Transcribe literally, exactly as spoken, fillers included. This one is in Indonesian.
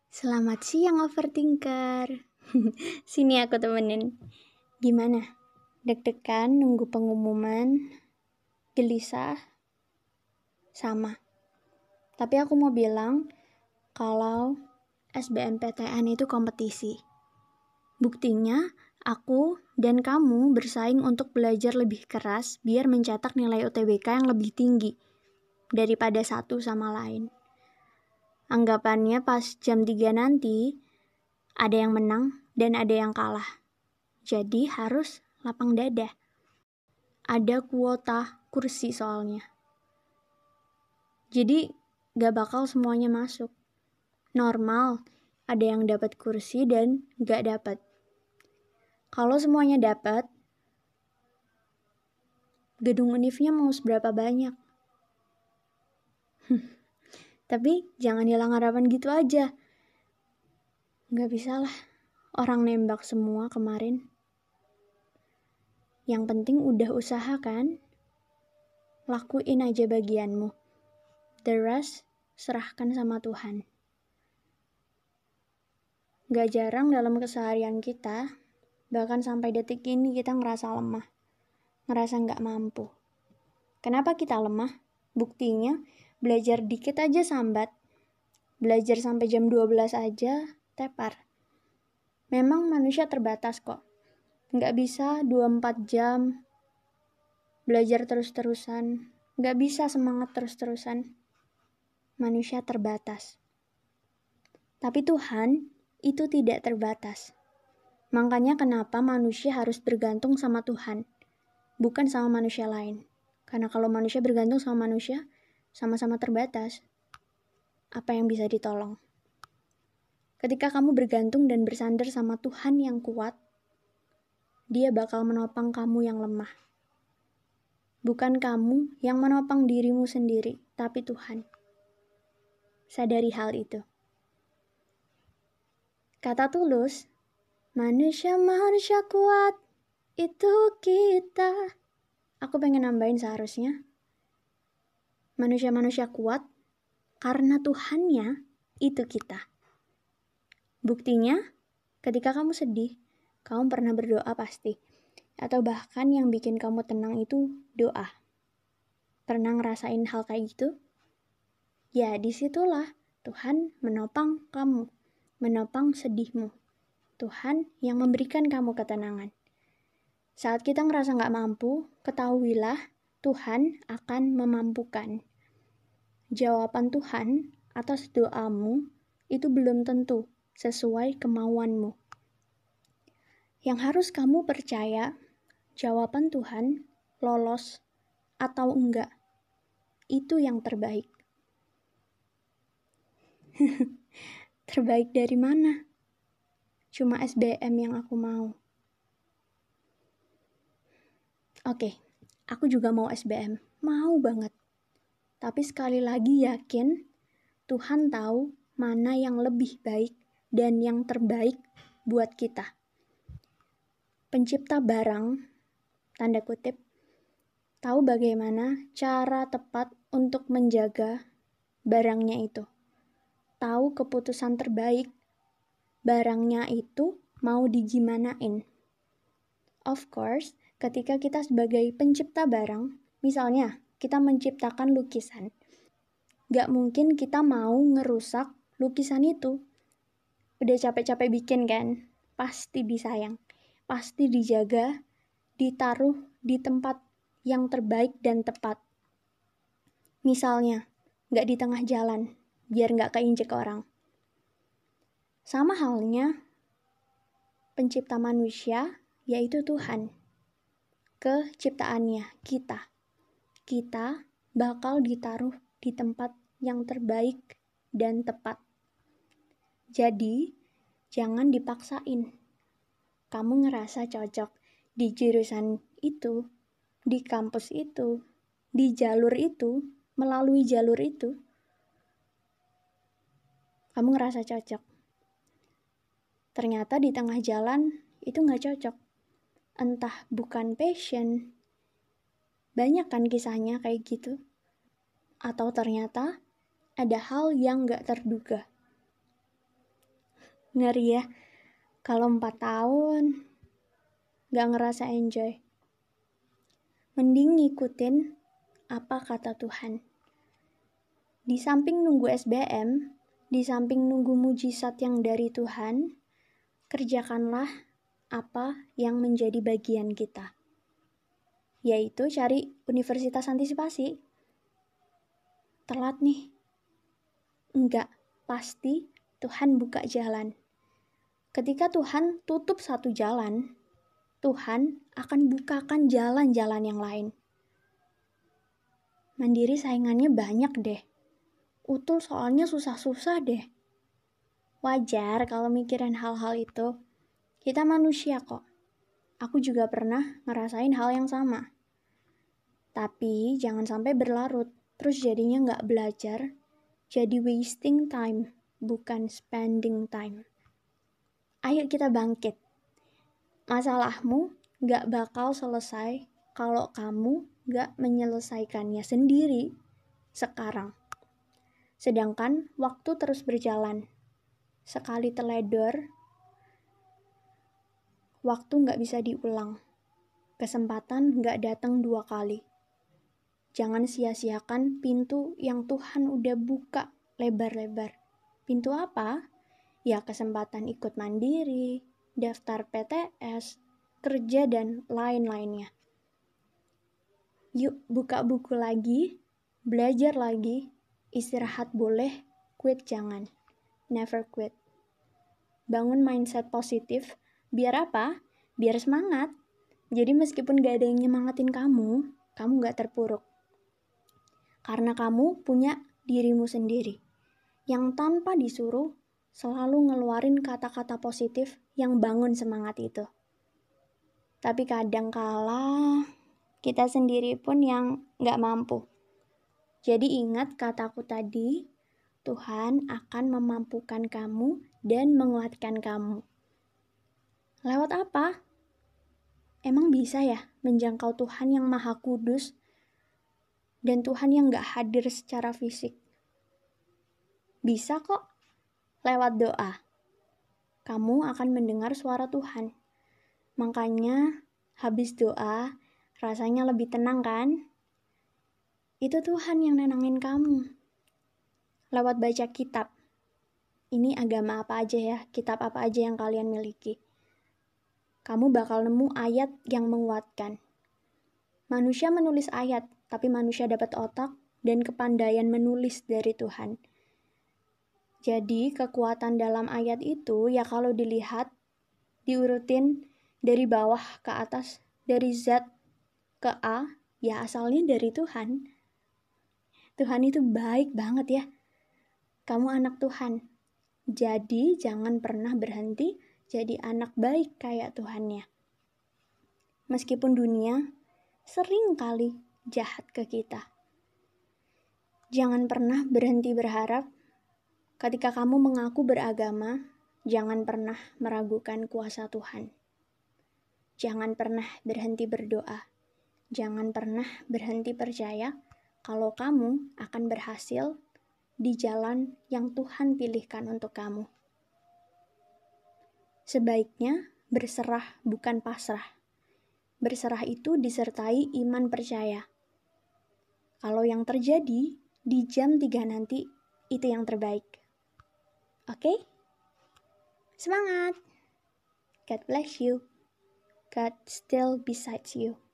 Selamat siang overthinker. Sini aku temenin. Gimana? Deg-degan nunggu pengumuman? Gelisah? Sama. Tapi aku mau bilang kalau S B M P T N itu kompetisi. Buktinya aku dan kamu bersaing untuk belajar lebih keras biar mencetak nilai U T B K yang lebih tinggi daripada satu sama lain. Anggapannya pas jam tiga nanti ada yang menang dan ada yang kalah. Jadi harus lapang dada. Ada kuota kursi soalnya. Jadi gak bakal semuanya masuk. Normal, ada yang dapat kursi dan gak dapat. Kalau semuanya dapat, gedung univnya mau seberapa banyak? Tapi jangan hilang harapan gitu aja. Gak bisa lah, orang nembak semua kemarin. Yang penting udah usaha kan? Lakuin aja bagianmu. The rest, serahkan sama Tuhan. Gak jarang dalam keseharian kita, bahkan sampai detik ini kita ngerasa lemah. Ngerasa gak mampu. Kenapa kita lemah? Buktinya, belajar dikit aja sambat. Belajar sampai jam dua belas aja, tepar. Memang manusia terbatas kok. Gak bisa dua puluh empat jam belajar terus-terusan. Gak bisa semangat terus-terusan. Manusia terbatas. Tapi Tuhan itu tidak terbatas. Makanya kenapa manusia harus bergantung sama Tuhan, bukan sama manusia lain. Karena kalau manusia bergantung sama manusia, sama-sama terbatas. Apa yang bisa ditolong? Ketika kamu bergantung dan bersandar sama Tuhan yang kuat, Dia bakal menopang kamu yang lemah. Bukan kamu yang menopang dirimu sendiri, tapi Tuhan. Sadari hal itu. Kata Tulus, manusia-manusia kuat, itu kita. Aku pengen nambahin seharusnya. Manusia-manusia kuat, karena Tuhannya itu kita. Buktinya, ketika kamu sedih, kamu pernah berdoa pasti. Atau bahkan yang bikin kamu tenang itu doa. Pernah ngerasain hal kayak gitu? Ya, disitulah Tuhan menopang kamu, menopang sedihmu. Tuhan yang memberikan kamu ketenangan. Saat kita ngerasa gak mampu, ketahuilah Tuhan akan memampukan. Jawaban Tuhan atas doamu itu belum tentu sesuai kemauanmu. Yang harus kamu percaya, jawaban Tuhan lolos atau enggak, itu yang terbaik. Terbaik dari mana? Cuma S B M yang aku mau. Oke, aku juga mau S B M, mau banget. Tapi sekali lagi yakin, Tuhan tahu mana yang lebih baik dan yang terbaik buat kita. Pencipta barang, tanda kutip, tahu bagaimana cara tepat untuk menjaga barangnya itu. Tahu keputusan terbaik, barangnya itu mau digimanain. Of course, ketika kita sebagai pencipta barang, misalnya kita menciptakan lukisan, gak mungkin kita mau ngerusak lukisan itu. Udah capek-capek bikin kan? Pasti disayang, pasti dijaga, ditaruh di tempat yang terbaik dan tepat. Misalnya, gak di tengah jalan, biar gak keinjek orang. Sama halnya, pencipta manusia, yaitu Tuhan. Ke ciptaannya, kita. Kita bakal ditaruh di tempat yang terbaik dan tepat. Jadi, jangan dipaksain. Kamu ngerasa cocok di jurusan itu, di kampus itu, di jalur itu, melalui jalur itu. Kamu ngerasa cocok. Ternyata di tengah jalan itu gak cocok. Entah bukan passion. Banyak kan kisahnya kayak gitu. Atau ternyata ada hal yang gak terduga. Ngeri ya, kalau empat tahun gak ngerasa enjoy. Mending ngikutin apa kata Tuhan. Di samping nunggu S B M, di samping nunggu mujizat yang dari Tuhan, kerjakanlah apa yang menjadi bagian kita, yaitu cari universitas antisipasi. Telat nih? Enggak, pasti Tuhan buka jalan. Ketika Tuhan tutup satu jalan, Tuhan akan bukakan jalan-jalan yang lain. Mandiri saingannya banyak deh. Utul soalnya susah-susah deh. Wajar kalau mikirin hal-hal itu. Kita manusia kok. Aku juga pernah ngerasain hal yang sama. Tapi jangan sampai berlarut, terus jadinya nggak belajar, jadi wasting time, bukan spending time. Ayo kita bangkit. Masalahmu gak bakal selesai kalau kamu gak menyelesaikannya sendiri sekarang. Sedangkan waktu terus berjalan. Sekali teledor, waktu gak bisa diulang. Kesempatan gak datang dua kali. Jangan sia-siakan pintu yang Tuhan udah buka lebar-lebar. Pintu apa? Ya kesempatan ikut mandiri, daftar P T S, kerja, dan lain-lainnya. Yuk buka buku lagi, belajar lagi, istirahat boleh, quit jangan. Never quit. Bangun mindset positif, biar apa? Biar semangat. Jadi meskipun gak ada yang nyemangatin kamu, kamu gak terpuruk. Karena kamu punya dirimu sendiri, yang tanpa disuruh selalu ngeluarin kata-kata positif yang bangun semangat itu. Tapi kadang kala kita sendiri pun yang gak mampu. Jadi ingat kataku tadi, Tuhan akan memampukan kamu dan menguatkan kamu. Lewat apa? Emang bisa ya menjangkau Tuhan yang maha kudus dan Tuhan yang gak hadir secara fisik? Bisa kok. Lewat doa, kamu akan mendengar suara Tuhan. Makanya, habis doa, rasanya lebih tenang kan? Itu Tuhan yang nenangin kamu. Lewat baca kitab. Ini agama apa aja ya, kitab apa aja yang kalian miliki. Kamu bakal nemu ayat yang menguatkan. Manusia menulis ayat, tapi manusia dapat otak dan kepandaian menulis dari Tuhan. Jadi kekuatan dalam ayat itu ya kalau dilihat, diurutin dari bawah ke atas, dari Z ke A, ya asalnya dari Tuhan. Tuhan itu baik banget ya. Kamu anak Tuhan. Jadi jangan pernah berhenti jadi anak baik kayak Tuhannya. Meskipun dunia sering kali jahat ke kita. Jangan pernah berhenti berharap. Ketika kamu mengaku beragama, jangan pernah meragukan kuasa Tuhan. Jangan pernah berhenti berdoa. Jangan pernah berhenti percaya kalau kamu akan berhasil di jalan yang Tuhan pilihkan untuk kamu. Sebaiknya berserah bukan pasrah. Berserah itu disertai iman percaya. Kalau yang terjadi di jam tiga nanti, itu yang terbaik. Oke? Okay? Semangat! God bless you. God still beside you.